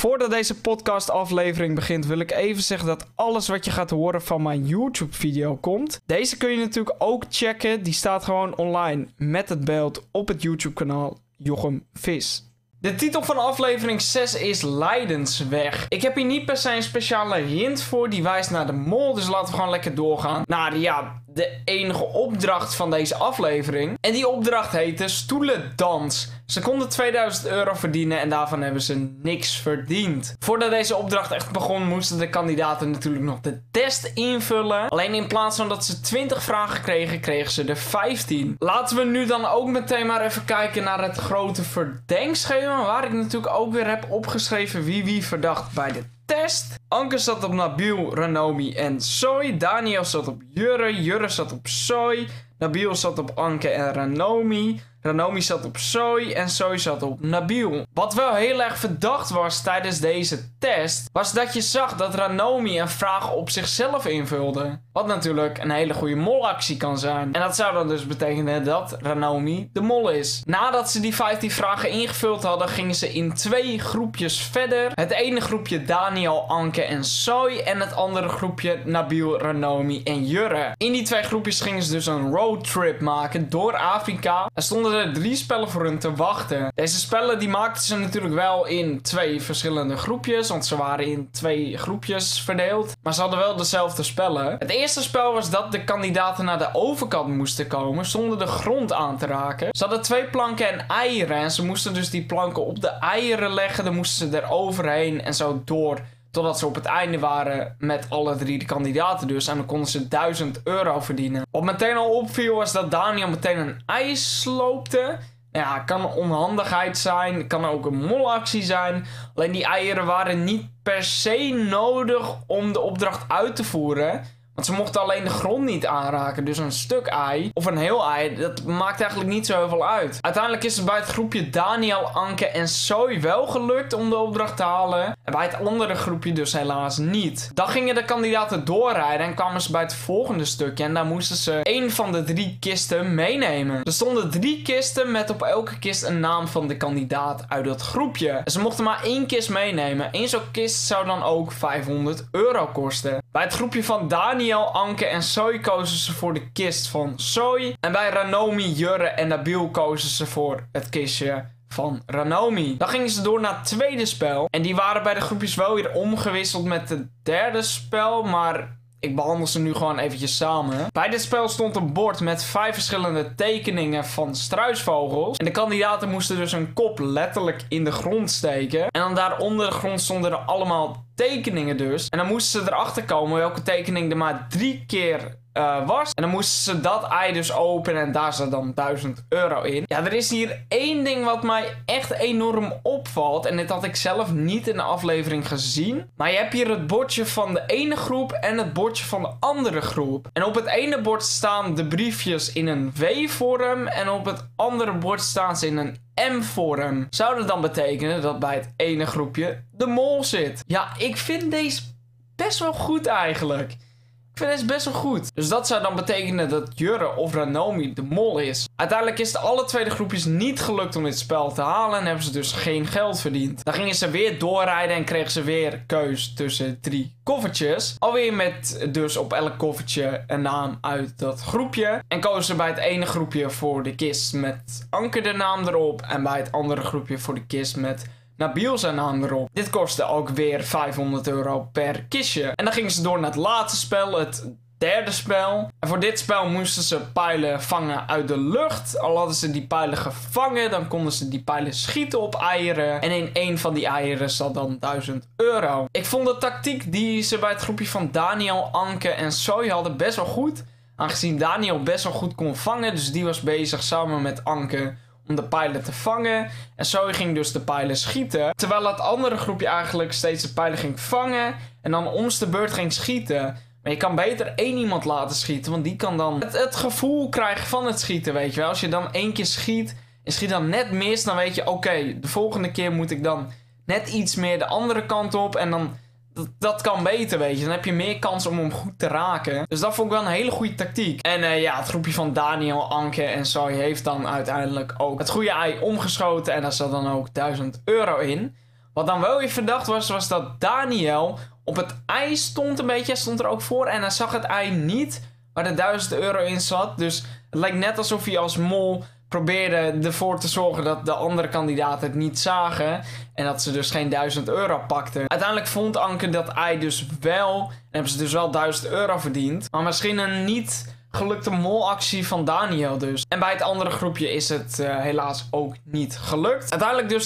Voordat deze podcastaflevering begint wil ik even zeggen dat alles wat je gaat horen van mijn YouTube video komt. Deze kun je natuurlijk ook checken. Die staat gewoon online met het beeld op het YouTube kanaal Jochem Vis. De titel van aflevering 6 is Lijdensweg. Ik heb hier niet per se een speciale hint voor, die wijst naar de mol, dus laten we gewoon lekker doorgaan naar de enige opdracht van deze aflevering. En die opdracht heette Stoelendans. Ze konden €2000 verdienen en daarvan hebben ze niks verdiend. Voordat deze opdracht echt begon, moesten de kandidaten natuurlijk nog de test invullen. Alleen in plaats van dat ze 20 vragen kregen, kregen ze er 15. Laten we nu dan ook meteen maar even kijken naar het grote verdenkschema, waar ik natuurlijk ook weer heb opgeschreven wie verdacht bij de test. Anke zat op Nabil, Ranomi en Soy. Daniel zat op Jurre. Jurre zat op Soy. Nabil zat op Anke en Ranomi. Ranomi zat op Soy en Soy zat op Nabil. Wat wel heel erg verdacht was tijdens deze test, was dat je zag dat Ranomi een vraag op zichzelf invulde. Wat natuurlijk een hele goede molactie kan zijn. En dat zou dan dus betekenen dat Ranomi de mol is. Nadat ze die 15 vragen ingevuld hadden, gingen ze in 2 groepjes verder. Het ene groepje Daniel, Anke en Soy en het andere groepje Nabil, Ranomi en Jurre. In die 2 groepjes gingen ze dus een roadtrip maken door Afrika. Er stonden er 3 spellen voor hun te wachten. Deze spellen die maakten ze natuurlijk wel in 2 verschillende groepjes, want ze waren in 2 groepjes verdeeld. Maar ze hadden wel dezelfde spellen. Het eerste spel was dat de kandidaten naar de overkant moesten komen zonder de grond aan te raken. Ze hadden 2 planken en eieren en ze moesten dus die planken op de eieren leggen. Dan moesten ze er overheen en zo door totdat ze op het einde waren met alle 3 de kandidaten dus. En dan konden ze €1000 verdienen. Wat meteen al opviel was dat Daniel meteen een ei sloopte. Ja, kan een onhandigheid zijn. Kan ook een molactie zijn. Alleen die eieren waren niet per se nodig om de opdracht uit te voeren. Want ze mochten alleen de grond niet aanraken. Dus een stuk ei of een heel ei, dat maakt eigenlijk niet zo heel veel uit. Uiteindelijk is het bij het groepje Daniel, Anke en Soy wel gelukt om de opdracht te halen. En bij het andere groepje dus helaas niet. Dan gingen de kandidaten doorrijden en kwamen ze bij het volgende stukje. En daar moesten ze 1 van de 3 kisten meenemen. Er stonden 3 kisten met op elke kist een naam van de kandidaat uit dat groepje. En ze mochten maar 1 kist meenemen. 1 zo'n kist zou dan ook €500 kosten. Bij het groepje van Daniel, Anke en Soy kozen ze voor de kist van Soy. En bij Ranomi, Jurre en Nabil kozen ze voor het kistje van Ranomi. Dan gingen ze door naar het tweede spel. En die waren bij de groepjes wel weer omgewisseld met het derde spel. Maar ik behandel ze nu gewoon eventjes samen. Bij dit spel stond een bord met 5 verschillende tekeningen van struisvogels. En de kandidaten moesten dus hun kop letterlijk in de grond steken. En dan daar onder de grond stonden er allemaal tekeningen dus. En dan moesten ze erachter komen welke tekening er maar 3 keer was. En dan moesten ze dat ei dus openen en daar zat dan €1000 in. Ja, er is hier 1 ding wat mij echt enorm opvalt. En dit had ik zelf niet in de aflevering gezien. Maar je hebt hier het bordje van de ene groep en het bordje van de andere groep. En op het ene bord staan de briefjes in een W-vorm. En op het andere bord staan ze in een M-vorm. Zou dat dan betekenen dat bij het ene groepje de mol zit? Ja, ik vind deze best wel goed eigenlijk. Ik vind deze best wel goed. Dus dat zou dan betekenen dat Jurre of Ranomi de mol is. Uiteindelijk is het alle 2 groepjes niet gelukt om dit spel te halen. En hebben ze dus geen geld verdiend. Dan gingen ze weer doorrijden en kregen ze weer keus tussen 3 koffertjes. Alweer met dus op elk koffertje een naam uit dat groepje. En kozen ze bij het ene groepje voor de kist met Anke de naam erop. En bij het andere groepje voor de kist met Nabil zijn naam erop. Dit kostte ook weer €500 per kistje. En dan gingen ze door naar het laatste spel, het derde spel. En voor dit spel moesten ze pijlen vangen uit de lucht. Al hadden ze die pijlen gevangen, dan konden ze die pijlen schieten op eieren. En in 1 van die eieren zat dan €1000. Ik vond de tactiek die ze bij het groepje van Daniel, Anke en Soy hadden best wel goed. Aangezien Daniel best wel goed kon vangen, dus die was bezig samen met Anke om de pijlen te vangen. En Soy ging dus de pijlen schieten. Terwijl het andere groepje eigenlijk steeds de pijlen ging vangen. En dan om de beurt ging schieten. Maar je kan beter 1 iemand laten schieten. Want die kan dan het gevoel krijgen van het schieten, weet je wel. Als je dan 1 keer schiet en schiet dan net mis, dan weet je, oké, de volgende keer moet ik dan net iets meer de andere kant op. En dan dat kan beter, weet je. Dan heb je meer kans om hem goed te raken. Dus dat vond ik wel een hele goede tactiek. En ja, het groepje van Daniel, Anke en Soy heeft dan uiteindelijk ook het goede ei omgeschoten. En daar zat dan ook €1000 in. Wat dan wel weer verdacht was dat Daniel op het ei stond een beetje. Hij stond er ook voor en hij zag het ei niet waar de €1000 in zat. Dus het lijkt net alsof hij als mol probeerde ervoor te zorgen dat de andere kandidaten het niet zagen. En dat ze dus geen €1000 pakten. Uiteindelijk vond Anke dat ei dus wel. En hebben ze dus wel €1000 verdiend. Maar misschien een niet gelukte molactie van Daniel dus. En bij het andere groepje is het helaas ook niet gelukt. Uiteindelijk dus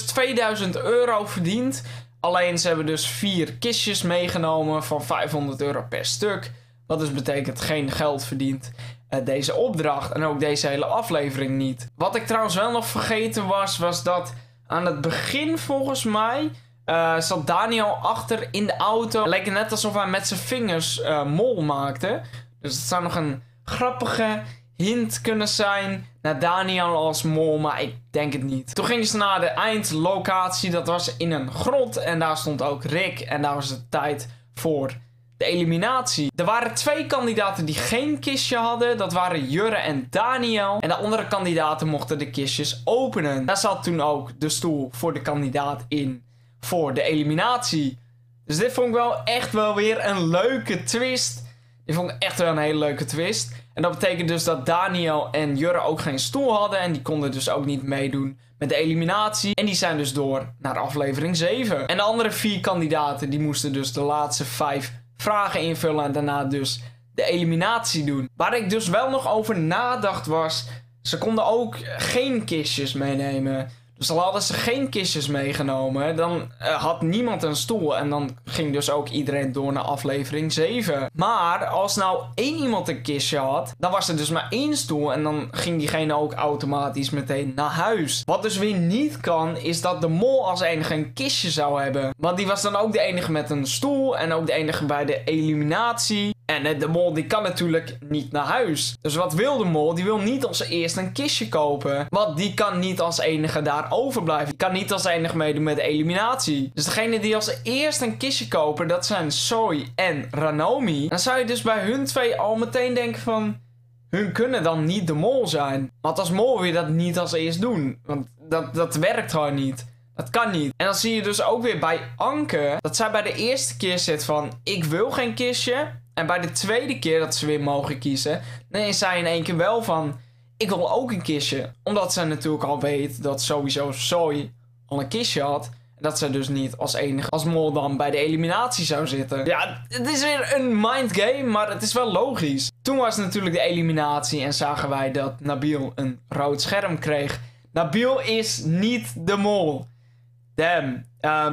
€2000 verdiend. Alleen ze hebben dus 4 kistjes meegenomen van €500 per stuk. Wat dus betekent geen geld verdiend. Deze opdracht en ook deze hele aflevering niet. Wat ik trouwens wel nog vergeten was dat aan het begin volgens mij zat Daniel achter in de auto. Het leek net alsof hij met zijn vingers mol maakte. Dus het zou nog een grappige hint kunnen zijn naar Daniel als mol, maar ik denk het niet. Toen gingen ze naar de eindlocatie, dat was in een grot en daar stond ook Rick en daar was het tijd voor de eliminatie. Er waren 2 kandidaten die geen kistje hadden. Dat waren Jurre en Daniel. En de andere kandidaten mochten de kistjes openen. Daar zat toen ook de stoel voor de kandidaat in voor de eliminatie. Dus dit vond ik wel echt wel weer een leuke twist. Dit vond ik echt wel een hele leuke twist. En dat betekent dus dat Daniel en Jurre ook geen stoel hadden. En die konden dus ook niet meedoen met de eliminatie. En die zijn dus door naar aflevering 7. En de andere 4 kandidaten die moesten dus de laatste 5 vragen invullen en daarna dus de eliminatie doen. Waar ik dus wel nog over nadacht was, ze konden ook geen kistjes meenemen. Dus al hadden ze geen kistjes meegenomen, dan had niemand een stoel. En dan ging dus ook iedereen door naar aflevering 7. Maar als nou 1 iemand een kistje had, dan was er dus maar 1 stoel. En dan ging diegene ook automatisch meteen naar huis. Wat dus weer niet kan, is dat de mol als enige een kistje zou hebben. Want die was dan ook de enige met een stoel en ook de enige bij de eliminatie. En de mol die kan natuurlijk niet naar huis. Dus wat wil de mol? Die wil niet als eerste een kistje kopen. Want die kan niet als enige daar overblijven. Die kan niet als enige meedoen met de eliminatie. Dus degene die als eerste een kistje kopen, dat zijn Soy en Ranomi. Dan zou je dus bij hun 2 al meteen denken van, hun kunnen dan niet de mol zijn. Want als mol wil je dat niet als eerst doen. Want dat werkt gewoon niet. Dat kan niet. En dan zie je dus ook weer bij Anke, dat zij bij de eerste keer zit van, ik wil geen kistje. En bij de tweede keer dat ze weer mogen kiezen, dan is zij in één keer wel van, ik wil ook een kistje. Omdat ze natuurlijk al weet dat sowieso Soy al een kistje had. En dat ze dus niet als enige als mol dan bij de eliminatie zou zitten. Ja, het is weer een mindgame, maar het is wel logisch. Toen was natuurlijk de eliminatie en zagen wij dat Nabil een rood scherm kreeg. Nabil is niet de mol. Damn.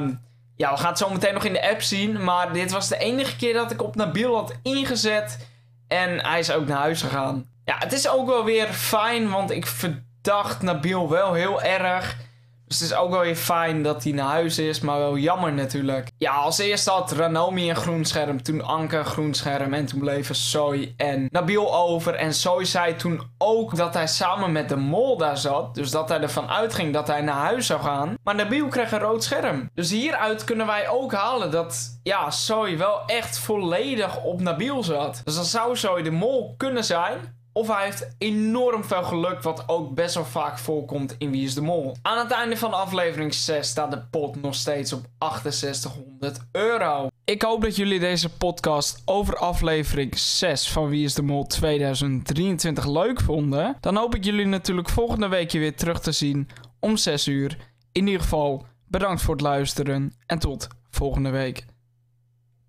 Ja, we gaan het zo meteen nog in de app zien. Maar dit was de enige keer dat ik op Nabil had ingezet. En hij is ook naar huis gegaan. Ja, het is ook wel weer fijn. Want ik verdacht Nabil wel heel erg. Dus het is ook wel weer fijn dat hij naar huis is. Maar wel jammer natuurlijk. Ja, als eerste had Ranomi een groen scherm. Toen Anke een groen scherm. En toen bleven Soy en Nabil over. En Soy zei toen ook dat hij samen met de mol daar zat. Dus dat hij ervan uitging dat hij naar huis zou gaan. Maar Nabil kreeg een rood scherm. Dus hieruit kunnen wij ook halen dat, ja, Soy wel echt volledig op Nabil zat. Dus dan zou Soy de mol kunnen zijn. Of hij heeft enorm veel geluk, wat ook best wel vaak voorkomt in Wie is de Mol. Aan het einde van aflevering 6 staat de pot nog steeds op €6800. Ik hoop dat jullie deze podcast over aflevering 6 van Wie is de Mol 2023 leuk vonden. Dan hoop ik jullie natuurlijk volgende week weer terug te zien om 6 uur. In ieder geval, bedankt voor het luisteren en tot volgende week.